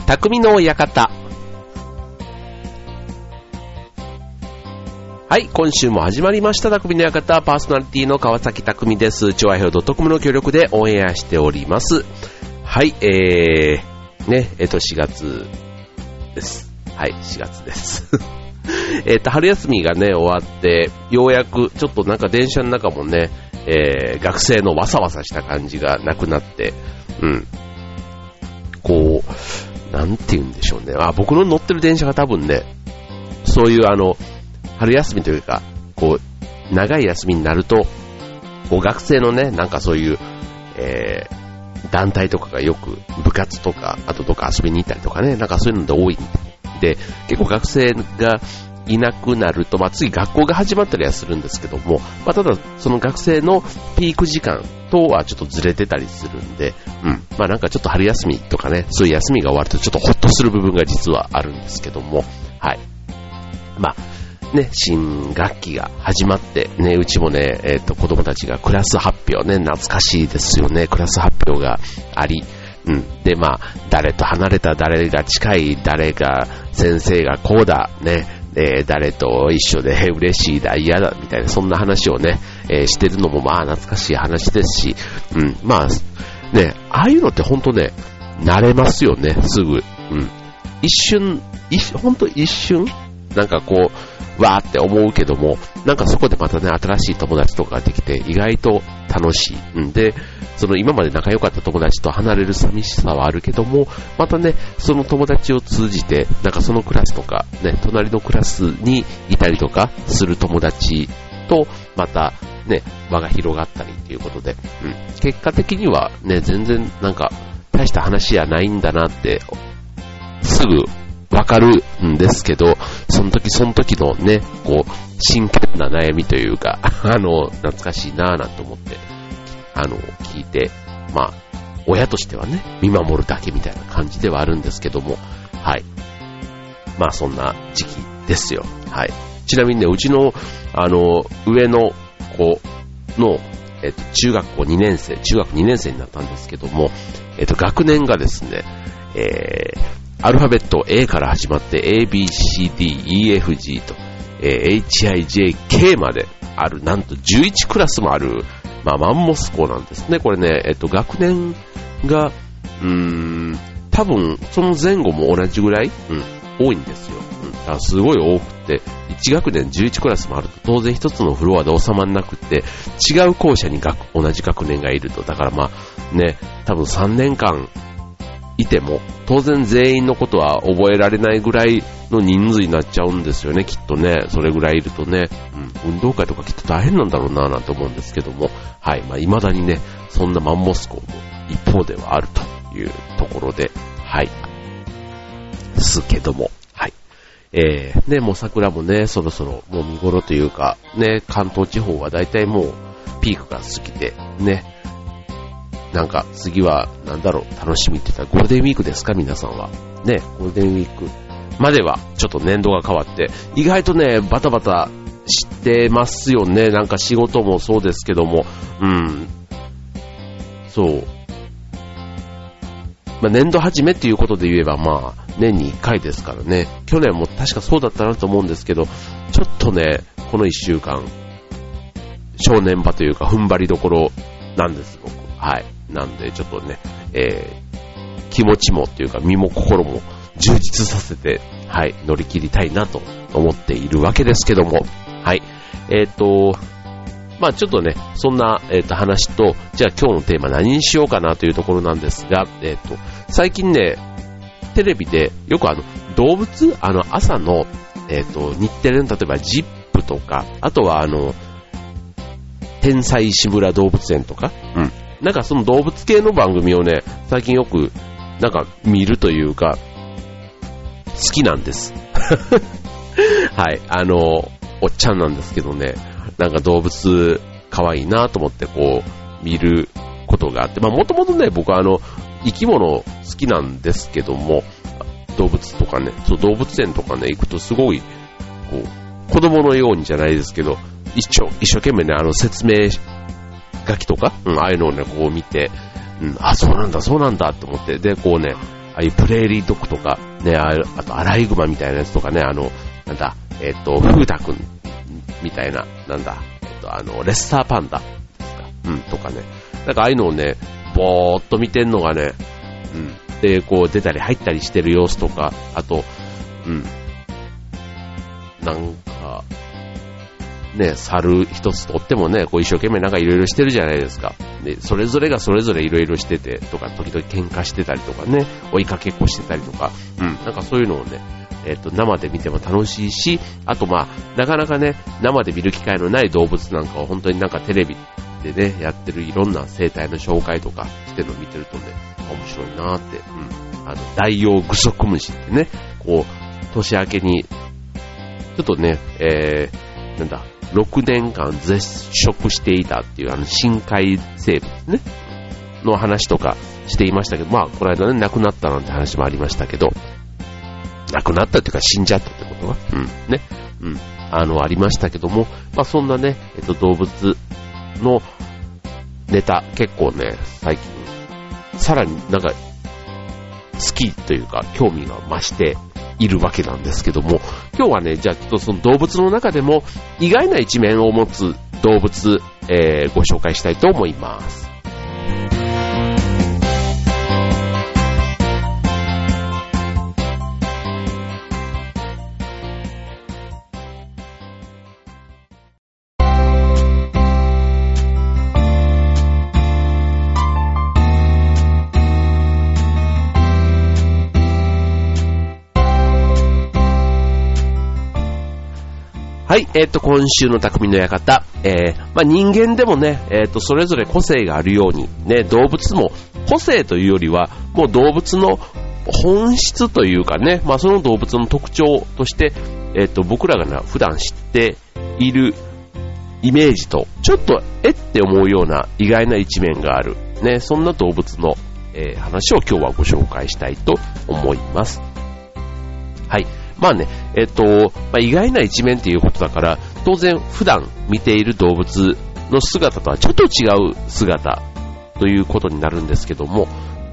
匠の館。はい、今週も始まりました匠の館、パーソナリティの川崎匠です。調和表.comの協力でオンエアしております。はい、4月です。はい、4月です。春休みがね、終わって、ようやくちょっとなんか電車の中もね、学生のわさわさした感じがなくなって、こう、なんて言うんでしょうね。僕の乗ってる電車が多分ね、そういう春休みというか、こう、長い休みになると、こう学生のね、なんかそういう、団体とかがよく部活とか、あとどっか遊びに行ったりとかね、なんかそういうので多いんで、結構学生がいなくなると、次学校が始まったりはするんですけども、ただその学生のピーク時間とはちょっとずれてたりするんで、なんかちょっと春休みとかね、そういう休みが終わるとちょっとホッとする部分が実はあるんですけども、はい。ね、新学期が始まって、ね、うちもね、子供たちがクラス発表ね、懐かしいですよね、クラス発表があり、で、誰と離れた、誰が近い、誰が先生がこうだ、ね、誰と一緒で嬉しいだ、嫌だ、みたいな、そんな話をね、してるのも懐かしい話ですし、ね、ああいうのってほんとね、慣れますよね、すぐ。ほんと一瞬、なんかこう、わーって思うけども、なんかそこでまたね、新しい友達とかができて、意外と楽しい。で、その今まで仲良かった友達と離れる寂しさはあるけども、またね、その友達を通じて、なんかそのクラスとか、ね、隣のクラスにいたりとかする友達と、またね、輪が広がったりということで、結果的にはね、全然なんか大した話やないんだなって、すぐわかるんですけど、その時のね、こう、真剣な悩みというか、懐かしいなぁなんて思って、聞いて、親としてはね、見守るだけみたいな感じではあるんですけども、はい。そんな時期ですよ。はい。ちなみにね、うちの、上の子の、中学2年生になったんですけども、学年がですね、アルファベット A から始まって A、B、C、D、E、F、G と、H、I、J、K まである、なんと11クラスもある、マンモス校なんですね。これね、学年が、多分、その前後も同じぐらい、多いんですよ。だからすごい多くて、1学年11クラスもあると、当然一つのフロアで収まらなくて、違う校舎に同じ学年がいると、だからね、多分3年間、いても当然全員のことは覚えられないぐらいの人数になっちゃうんですよね、きっとね。それぐらいいるとね、運動会とかきっと大変なんだろうなぁなんて思うんですけども、はい、未だにね、そんなマンモス校も一方ではあるというところで、はい、ですけども、はい、ね、もう桜もね、そろそろもう見頃というかね、関東地方はだいたいもうピークが過ぎてね。なんか次は楽しみって言ったらゴールデンウィークですか、皆さんはね。ゴールデンウィークまではちょっと年度が変わって意外とねバタバタしてますよね。なんか仕事もそうですけども、そう年度始めっていうことで言えば年に1回ですからね。去年も確かそうだったなと思うんですけど、ちょっとねこの1週間正念場というか踏ん張りどころなんです僕。はい。なんでちょっとね、気持ちもっていうか身も心も充実させて、はい、乗り切りたいなと思っているわけですけども、はい。ちょっとね、そんな、話と、じゃあ今日のテーマ何にしようかなというところなんですが、最近ね、テレビでよく動物、朝の、日テレの例えばジップとか、あとは天才志村動物園とか、なんかその動物系の番組をね、最近よくなんか見るというか好きなんです。はい、おっちゃんなんですけどね、なんか動物可愛いなと思ってこう見ることがあって、もともとね僕は生き物好きなんですけども、動物とかね、そう動物園とかね行くとすごいこう子供のようにじゃないですけど一生懸命ね説明書きとか、ああいうのをねこう見て、あ、そうなんだと思って、でこうねああいうプレーリードッグとか、ね、あとアライグマみたいなやつとかね、なんだ、フータくんみたいな、なんだ、レッサーパンダですか、とかね、なんかああいうのをね、ぼーっと見てんのがね、で、こう出たり入ったりしてる様子とか、あと、なんか、ね、猿一つとってもね、こう一生懸命なんかいろいろしてるじゃないですか。で、それぞれがそれぞれいろいろしてて、とか、時々喧嘩してたりとかね、追いかけっこしてたりとか、なんかそういうのをね、生で見ても楽しいし、あとまあ、なかなかね、生で見る機会のない動物なんかを本当になんかテレビでね、やってるいろんな生態の紹介とかしてるのを見てるとね、面白いなーって、ダイオウグソクムシってね、こう、年明けに、ちょっとね、なんだ、6年間絶食していたっていう深海生物ね、の話とかしていましたけど、まあ、この間ね、亡くなったなんて話もありましたけど、亡くなったっていうか死んじゃったってことは、ありましたけども、まあそんなね、動物のネタ、結構ね、最近、さらになんか、好きというか、興味が増しているわけなんですけども、今日はね、じゃあちょっとその動物の中でも、意外な一面を持つ動物、ご紹介したいと思います。はい、今週の匠の館、まあ、人間でもね、それぞれ個性があるように、ね、動物も個性というよりは、もう動物の本質というかね、まあ、その動物の特徴として、僕らが普段知っているイメージと、ちょっとって思うような意外な一面がある、ね、そんな動物の、話を今日はご紹介したいと思います。はい。まあね、まあ、意外な一面っていうことだから、当然普段見ている動物の姿とはちょっと違う姿ということになるんですけども、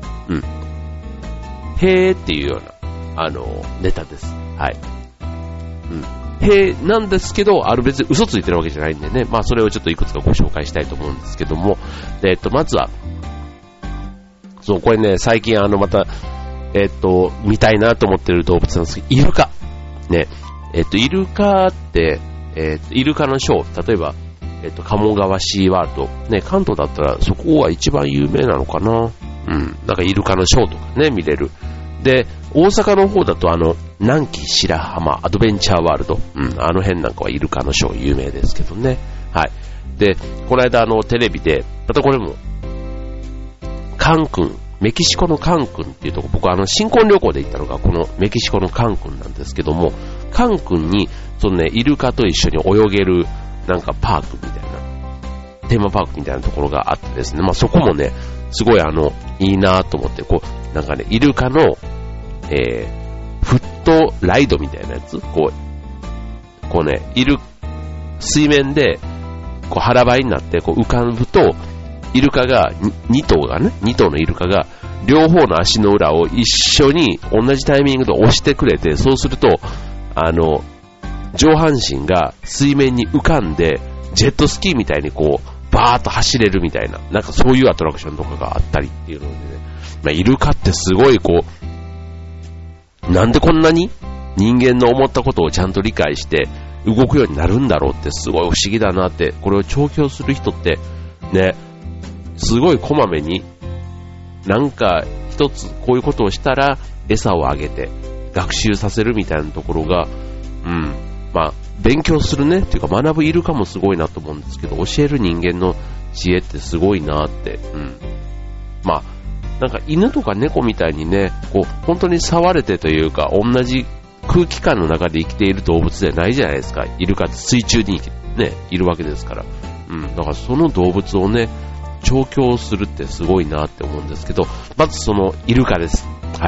へーっていうような、ネタです。はい。へーなんですけど、別に嘘ついてるわけじゃないんでね、まあそれをちょっといくつかご紹介したいと思うんですけども、まずは、そう、これね、最近また、見たいなと思ってる動物なんですけど、イルカ。ね。イルカって、イルカのショー、例えば、鴨川シーワールド。ね、関東だったらそこは一番有名なのかな。なんかイルカのショーとかね、見れる。で、大阪の方だと南紀白浜アドベンチャーワールド。あの辺なんかはイルカのショー有名ですけどね。はい。で、この間テレビで、またこれも、カンクン、メキシコのカンクンっていうとこ、僕新婚旅行で行ったのがこのメキシコのカンクンなんですけども、カンクンにそのね、イルカと一緒に泳げるなんかパークみたいな、テーマパークみたいなところがあってですね、まあそこもね、すごいいいなと思って、こうなんかね、イルカのフットライドみたいなやつ、こうね、水面でこう腹ばいになってこう浮かぶと。イルカが、2頭のイルカが、両方の足の裏を一緒に同じタイミングで押してくれて、そうすると、上半身が水面に浮かんで、ジェットスキーみたいにこう、バーッと走れるみたいな、なんかそういうアトラクションとかがあったりっていうのでね、まあ、イルカってすごいこう、なんでこんなに人間の思ったことをちゃんと理解して動くようになるんだろうってすごい不思議だなって、これを調教する人って、ね、すごいこまめになんか一つこういうことをしたら餌をあげて学習させるみたいなところが、まあ勉強するねっていうか学ぶイルカもすごいなと思うんですけど、教える人間の知恵ってすごいなって、まあなんか犬とか猫みたいにね、こう本当に触れてというか同じ空気感の中で生きている動物じゃないじゃないですか。イルカって水中にねいるわけですから、だからその動物をね調教するってすごいなって思うんですけど、まずそのイルカです。はい。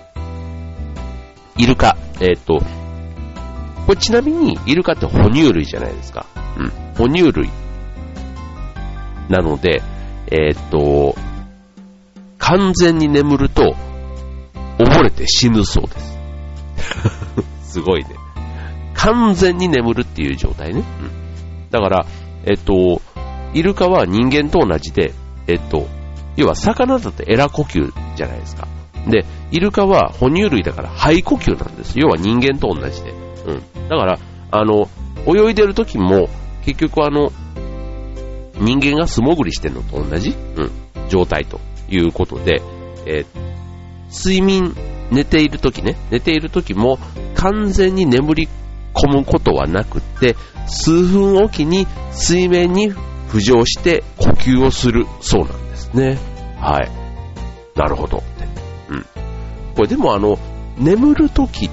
イルカ。これちなみにイルカって哺乳類じゃないですか。哺乳類。なので、完全に眠ると、 溺れて死ぬそうです。すごいね。完全に眠るっていう状態ね。だから、イルカは人間と同じで、要は魚だってエラ呼吸じゃないですか。で、イルカは哺乳類だから肺呼吸なんです。要は人間と同じで。だから、泳いでる時も、結局人間が素潜りしてるのと同じ、状態ということで、睡眠、寝ている時も完全に眠り込むことはなくて、数分おきに水面に浮上して呼吸をするそうなんですね。はい。なるほど。これでも眠る時って、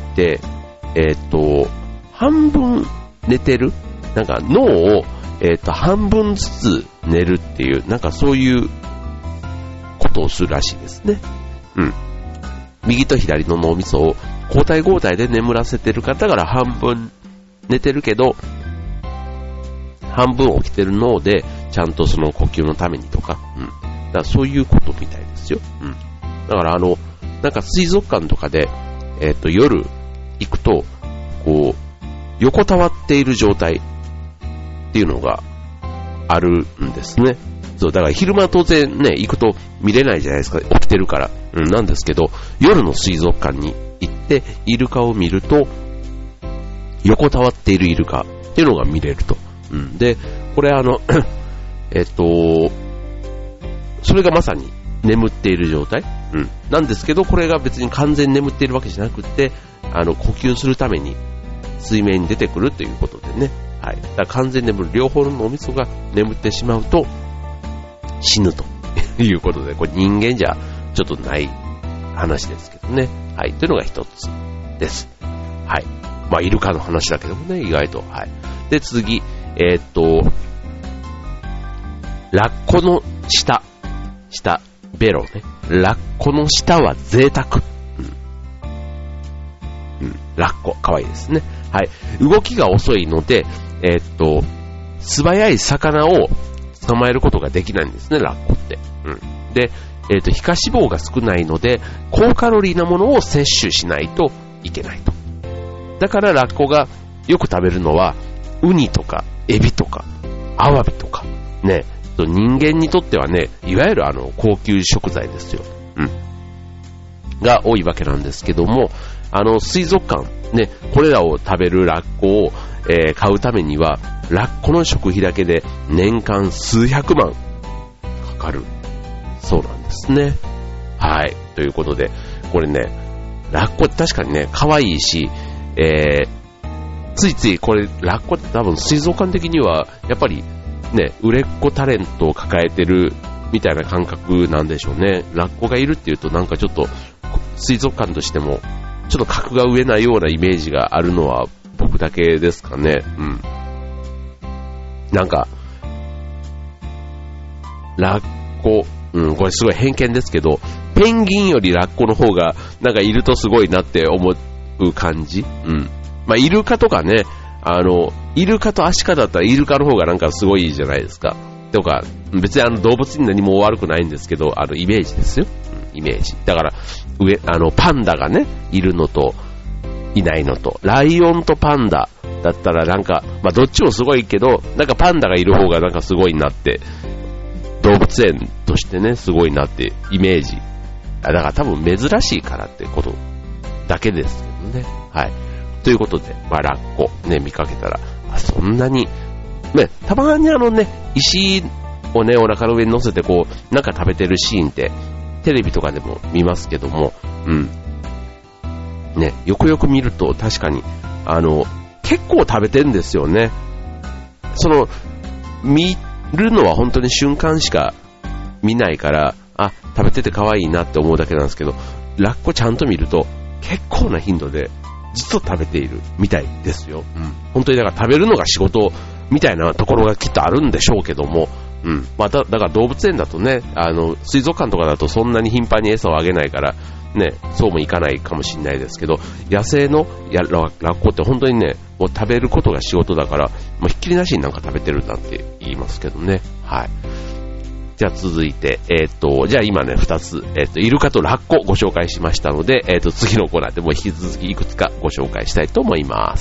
半分寝てる？なんか脳を、半分ずつ寝るっていう、なんかそういうことをするらしいですね。右と左の脳みそを交代交代で眠らせてる方から半分寝てるけど、半分起きてる脳でちゃんとその呼吸のためにとか、だからそういうことみたいですよ。だからなんか水族館とかで、夜行くと、こう、横たわっている状態っていうのがあるんですね。そう、だから昼間は当然ね、行くと見れないじゃないですか。起きてるから。なんですけど、夜の水族館に行って、イルカを見ると、横たわっているイルカっていうのが見れると。で、これそれがまさに眠っている状態、なんですけど、これが別に完全に眠っているわけじゃなくて、呼吸するために水面に出てくるということでね。はい。だから完全に眠る、両方の脳みそが眠ってしまうと死ぬということで、これ人間じゃちょっとない話ですけどね。はい。というのが一つです。はい。まあ、イルカの話だけどもね、意外と。はい。で、次、ラッコの下、ベロね。ラッコの下は贅沢。ラッコ、かわいいですね。はい。動きが遅いので、素早い魚を捕まえることができないんですね、ラッコって。で、皮下脂肪が少ないので、高カロリーなものを摂取しないといけないと。だからラッコがよく食べるのは、ウニとか、エビとか、アワビとか、ね、人間にとってはね、いわゆる高級食材ですよ。が多いわけなんですけども、水族館、ね、これらを食べるラッコを、買うためには、ラッコの食費だけで年間数百万かかるそうなんですね。はい。ということで、これね、ラッコって確かにね、可愛いし、ついついこれ、ラッコって多分水族館的には、やっぱりね、売れっ子タレントを抱えてるみたいな感覚なんでしょうね。ラッコがいるっていうとなんかちょっと水族館としてもちょっと格が上なようなイメージがあるのは僕だけですかね。なんかラッコ、これすごい偏見ですけど、ペンギンよりラッコの方がなんかいるとすごいなって思う感じ。まあイルカとかね、イルカとアシカだったらイルカの方がなんかすごいじゃないですか。とか、別に動物に何も悪くないんですけど、イメージですよ。イメージ。だから、パンダがね、いるのと、いないのと、ライオンとパンダだったらなんか、まあどっちもすごいけど、なんかパンダがいる方がなんかすごいなって、動物園としてね、すごいなってイメージ。だから多分珍しいからってことだけですけどね。はい。ということで、まあ、ラッコ、ね、見かけたら、そんなに、ね、たまに石をね、お腹の上に乗せてこう、なんか食べてるシーンって、テレビとかでも見ますけども、ね、よくよく見ると確かに、結構食べてるんですよね。見るのは本当に瞬間しか見ないから、食べてて可愛いなって思うだけなんですけど、ラッコちゃんと見ると、結構な頻度で、実は食べているみたいですよ。本当にだから食べるのが仕事みたいなところがきっとあるんでしょうけども、まあ、だから動物園だとね、水族館とかだとそんなに頻繁に餌をあげないからね、そうもいかないかもしれないですけど、野生のラッコって本当にね、もう食べることが仕事だから、もうひっきりなしになんか食べてるなんて言いますけどね。はい。 じゃあ続いて、じゃあ今ね、2つ、イルカとラッコご紹介しましたので、次のコーナーでも引き続きいくつかご紹介したいと思います。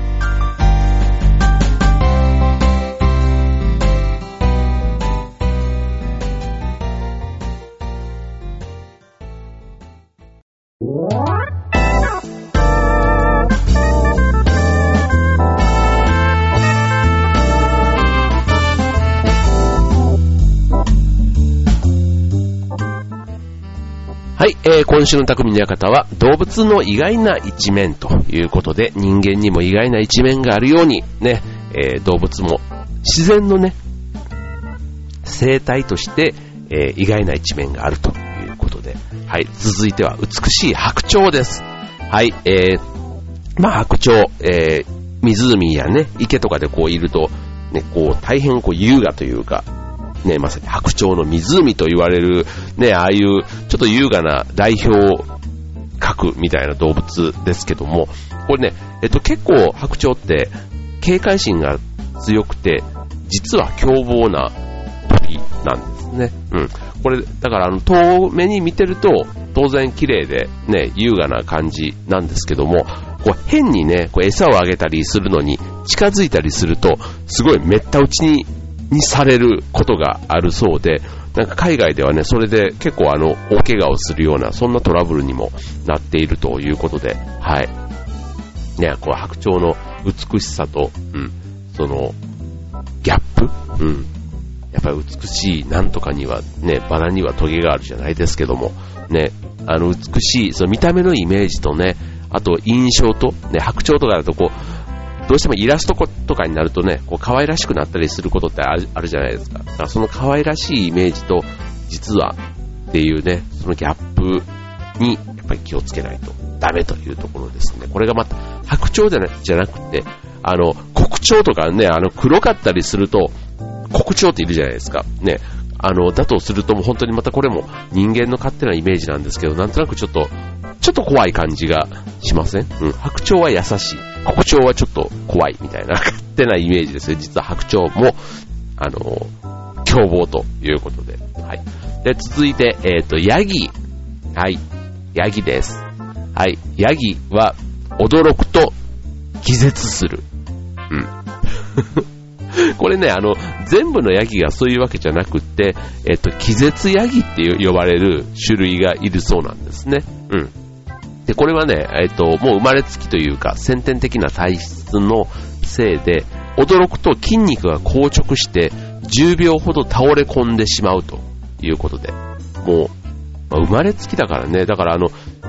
はい、今週の匠の館は動物の意外な一面ということで、人間にも意外な一面があるようにね、動物も自然のね生態として、意外な一面があるということで、はい、続いては美しい白鳥です。はい、白鳥、湖やね池とかでこういるとね、こう大変こう優雅というかね、まさに白鳥の湖と言われるね、ああいうちょっと優雅な代表格みたいな動物ですけども、これね、結構白鳥って警戒心が強くて実は凶暴な鳥なんですね。うん。これだから遠目に見てると当然綺麗でね優雅な感じなんですけども、こう変にねこう餌をあげたりするのに近づいたりするとすごいめった打ちにされることがあるそうで、なんか海外ではねそれで結構大怪我をするようなそんなトラブルにもなっているということで、はいね、こう白鳥の美しさと、そのギャップ、やっぱり美しいなんとかにはねバラにはトゲがあるじゃないですけどもね、美しいその見た目のイメージとね、あと印象とね、白鳥とかだとこうどうしてもイラストとかになるとね、こう可愛らしくなったりすることってあるじゃないですか。だからその可愛らしいイメージと実はっていうね、そのギャップにやっぱり気をつけないとダメというところですね。これがまた白鳥じゃなくて、黒鳥とかね、黒かったりすると黒鳥っているじゃないですか。ね、だとするともう本当にまたこれも人間の勝手なイメージなんですけど、なんとなくちょっと怖い感じがしません？白鳥は優しい。黒鳥はちょっと怖いみたいな勝手なイメージですよ。実は白鳥も、凶暴ということで。はい。で、続いて、ヤギ。はい。ヤギです。はい。ヤギは、驚くと気絶する。これね、全部のヤギがそういうわけじゃなくって、気絶ヤギって呼ばれる種類がいるそうなんですね。で、これはね、もう生まれつきというか、先天的な体質のせいで、驚くと筋肉が硬直して、10秒ほど倒れ込んでしまうということで、もう、生まれつきだからね、だから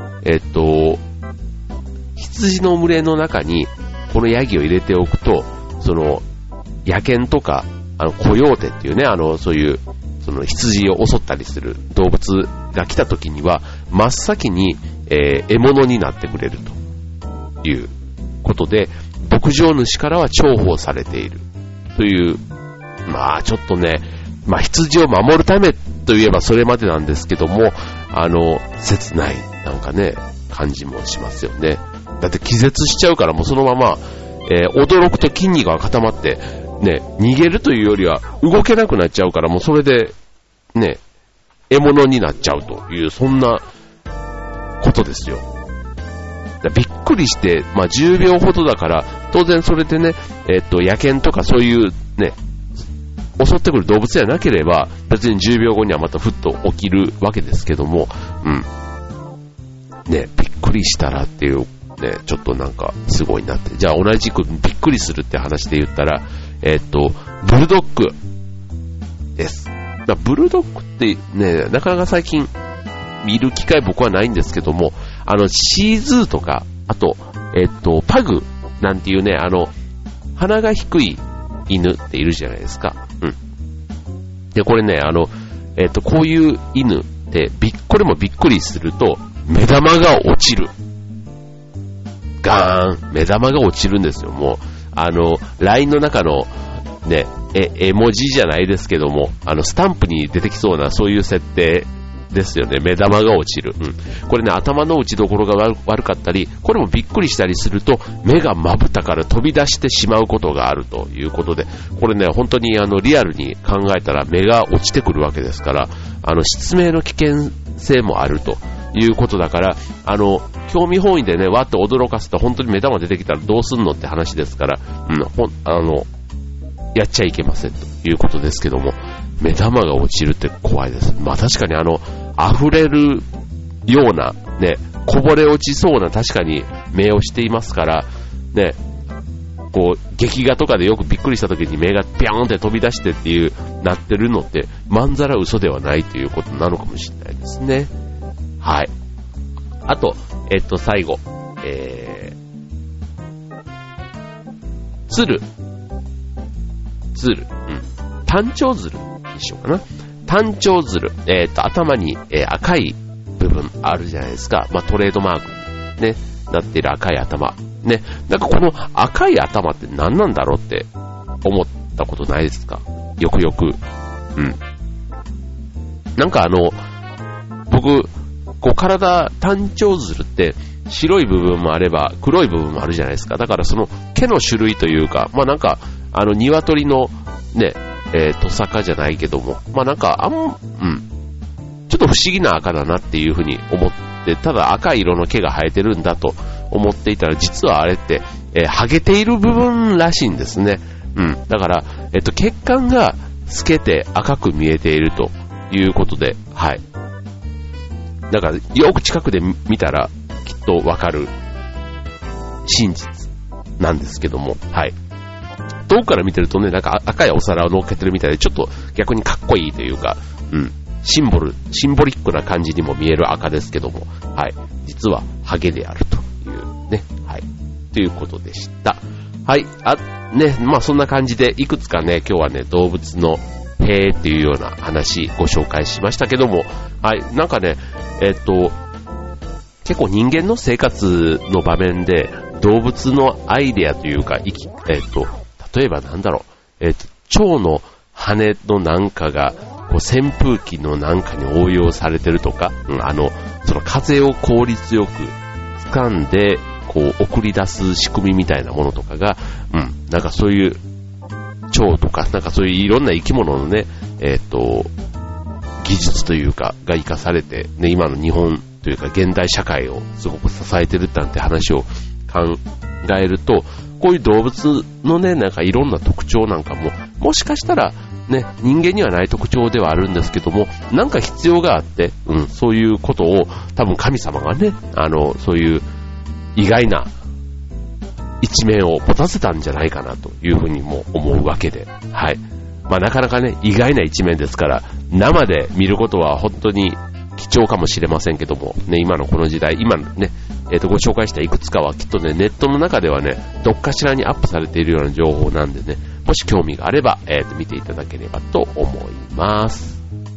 羊の群れの中に、このヤギを入れておくと、その、野犬とか、コヨーテっていうね、そういう、その羊を襲ったりする動物が来た時には、真っ先に、獲物になってくれるということで、牧場主からは重宝されているという、まあちょっとね、羊を守るためといえばそれまでなんですけども、切ないなんかね感じもしますよね。だって気絶しちゃうからもうそのまま、驚くと筋肉が固まってね、逃げるというよりは動けなくなっちゃうからもうそれでね獲物になっちゃうというそんなことですよ。びっくりして、10秒ほどだから、当然それでね、野犬とかそういうね、襲ってくる動物じゃなければ、別に10秒後にはまたふっと起きるわけですけども、ね、びっくりしたらっていう、ね、ちょっとなんかすごいなって。じゃあ同じくびっくりするって話で言ったら、ブルドッグです。ブルドッグってね、なかなか最近、見る機会僕はないんですけども、シーズーとか、あと、パグなんていうね、鼻が低い犬っているじゃないですか。で、これね、こういう犬って、これもびっくりすると、目玉が落ちる。ガーン目玉が落ちるんですよ。もう、LINE の中の、ね、絵文字じゃないですけども、スタンプに出てきそうな、そういう設定ですよね。目玉が落ちる。これね、頭の打ちどころが悪かったり、これもびっくりしたりすると、目がまぶたから飛び出してしまうことがあるということで、これね、本当にリアルに考えたら目が落ちてくるわけですから、失明の危険性もあるということだから、興味本位でね、わっと驚かすと本当に目玉出てきたらどうすんのって話ですから、やっちゃいけませんということですけども、目玉が落ちるって怖いです。まあ確かに溢れるようなね、こぼれ落ちそうな確かに目をしていますからね、こう劇画とかでよくびっくりした時に目がピャーンって飛び出してっていうなってるのってまんざら嘘ではないということなのかもしれないですね。はい。あと最後鶴、単調鶴にしようかな。単調鶴、頭に、赤い部分あるじゃないですか。まあ、トレードマークね、なっている赤い頭。ね。なんかこの赤い頭って何なんだろうって思ったことないですか？よくよく。なんか僕、こう体、単調鶴って白い部分もあれば黒い部分もあるじゃないですか。だからその毛の種類というか、まあなんか、鶏のね、トサカじゃないけども、まあなんか、ちょっと不思議な赤だなっていうふうに思って、ただ赤い色の毛が生えてるんだと思っていたら、実はあれって、ハゲている部分らしいんですね。だから、血管が透けて赤く見えているということで、はい。だから、よく近くで見たら、きっとわかる真実なんですけども、はい。遠くから見てるとね、なんか赤いお皿を乗っけてるみたいで、ちょっと逆にかっこいいというか、シンボリックな感じにも見える赤ですけども、はい。実はハゲであるというね、はい。ということでした。はい。まあそんな感じで、いくつかね、今日はね、動物のへーっていうような話ご紹介しましたけども、はい。なんかね、結構人間の生活の場面で動物のアイデアというか、例えばなんだろう、蝶の羽のなんかがこう扇風機のなんかに応用されてるとか、その風を効率よく掴んでこう送り出す仕組みみたいなものとかが、なんかそういう蝶とかなんかそういういろんな生き物のね、技術というかが活かされてね、今の日本というか現代社会をすごく支えてるなんて話を考えると、こういう動物のね、なんかいろんな特徴なんかも、もしかしたらね、人間にはない特徴ではあるんですけども、なんか必要があって、そういうことを多分神様がね、そういう意外な一面を持たせたんじゃないかなというふうにも思うわけで、はい。まあなかなかね、意外な一面ですから、生で見ることは本当に貴重かもしれませんけども、ね、今のこの時代、今ね、ご紹介したいくつかはきっとね、ネットの中ではね、どっかしらにアップされているような情報なんでね、もし興味があれば、見ていただければと思います。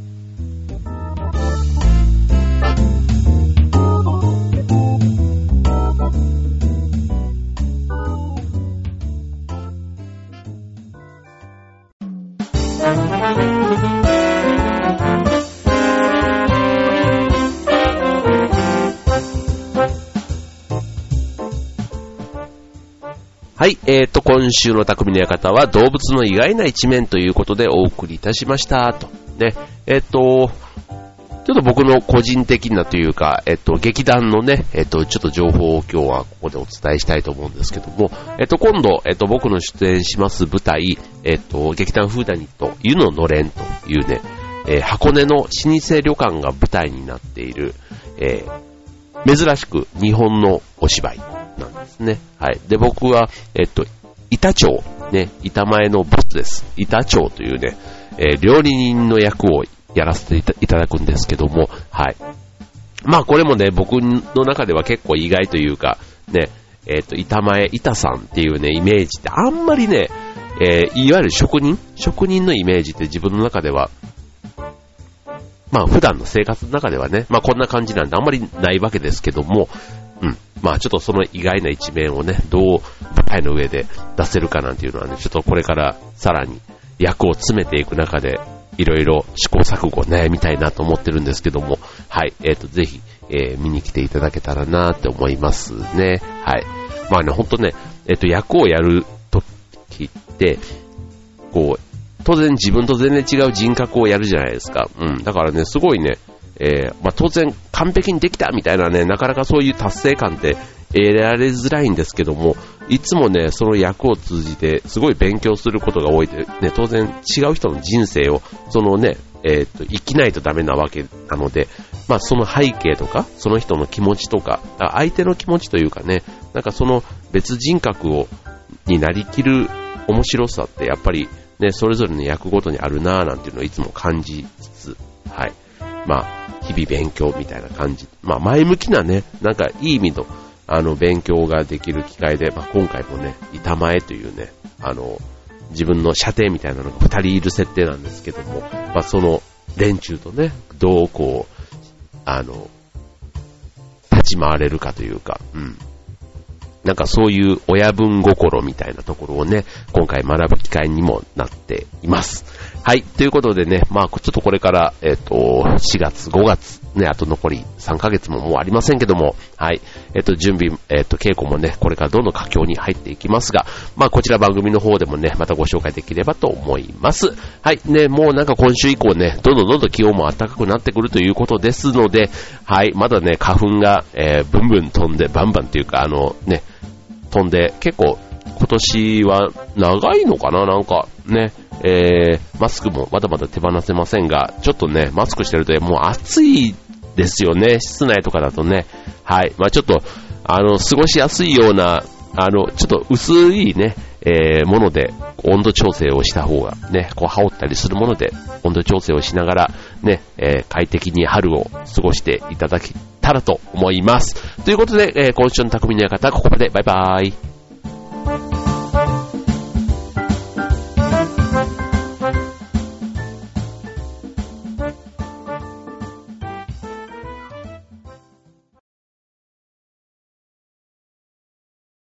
はい、今週の匠の館は動物の意外な一面ということでお送りいたしましたと。ね、ちょっと僕の個人的なというか、劇団のね、ちょっと情報を今日はここでお伝えしたいと思うんですけども、今度、僕の出演します舞台、劇団フーダニット湯ののれんというね、箱根の老舗旅館が舞台になっている、珍しく日本のお芝居なんですね。はい。で、僕は、板長、ね、板前のボスです。板長というね、料理人の役をやらせていただくんですけども、はい。まあこれもね、僕の中では結構意外というか、ね、板前、板さんっていうね、イメージってあんまりね、いわゆる職人のイメージって自分の中では、まあ普段の生活の中ではね、まあこんな感じなんであんまりないわけですけども、まあちょっとその意外な一面をね、どう舞台の上で出せるかなんていうのはね、ちょっとこれからさらに役を詰めていく中でいろいろ試行錯誤悩みたいなと思ってるんですけども、はい、ぜひ、見に来ていただけたらなって思いますね。はい。まあね、ほんとね、役をやるときって、こう、当然自分と全然違う人格をやるじゃないですか。うん。だからね、すごいね、まあ当然完璧にできたみたいなね、なかなかそういう達成感って得られづらいんですけども、いつもね、その役を通じてすごい勉強することが多いで、ね、当然違う人の人生を、そのね、生きないとダメなわけなので、まあその背景とか、その人の気持ちとか、相手の気持ちというかね、なんかその別人格になりきる面白さってやっぱりね、それぞれの役ごとにあるなぁなんていうのをいつも感じつつ、はい。まあ、日々勉強みたいな感じ。まあ前向きなね、なんかいい意味の、勉強ができる機会で、まあ今回もね、板前というね、自分の射程みたいなのが2人いる設定なんですけども、まあその連中とね、どうこう、立ち回れるかというか、うん。なんかそういう親分心みたいなところをね、今回学ぶ機会にもなっています。はい。ということでね、まあちょっとこれから、4月、5月、ね、あと残り3ヶ月ももうありませんけども、はい。準備、稽古もね、これからどんどん佳境に入っていきますが、まあこちら番組の方でもね、またご紹介できればと思います。はい。ね、もうなんか今週以降ね、どんどん気温も暖かくなってくるということですので、はい。まだね、花粉が、ブンブン飛んで、バンバンっていうか、ね、飛んで、結構今年は長いのかな、なんかね、マスクもまだまだ手放せませんが、ちょっとね、マスクしてるともう暑いですよね、室内とかだとね。はい。まあちょっと、過ごしやすいような、ちょっと薄いね、もので温度調整をした方がね、こう羽織ったりするもので温度調整をしながらね、快適に春を過ごしていただけたらと思います。ということで、今週の匠の館、ここまで。バイバーイ。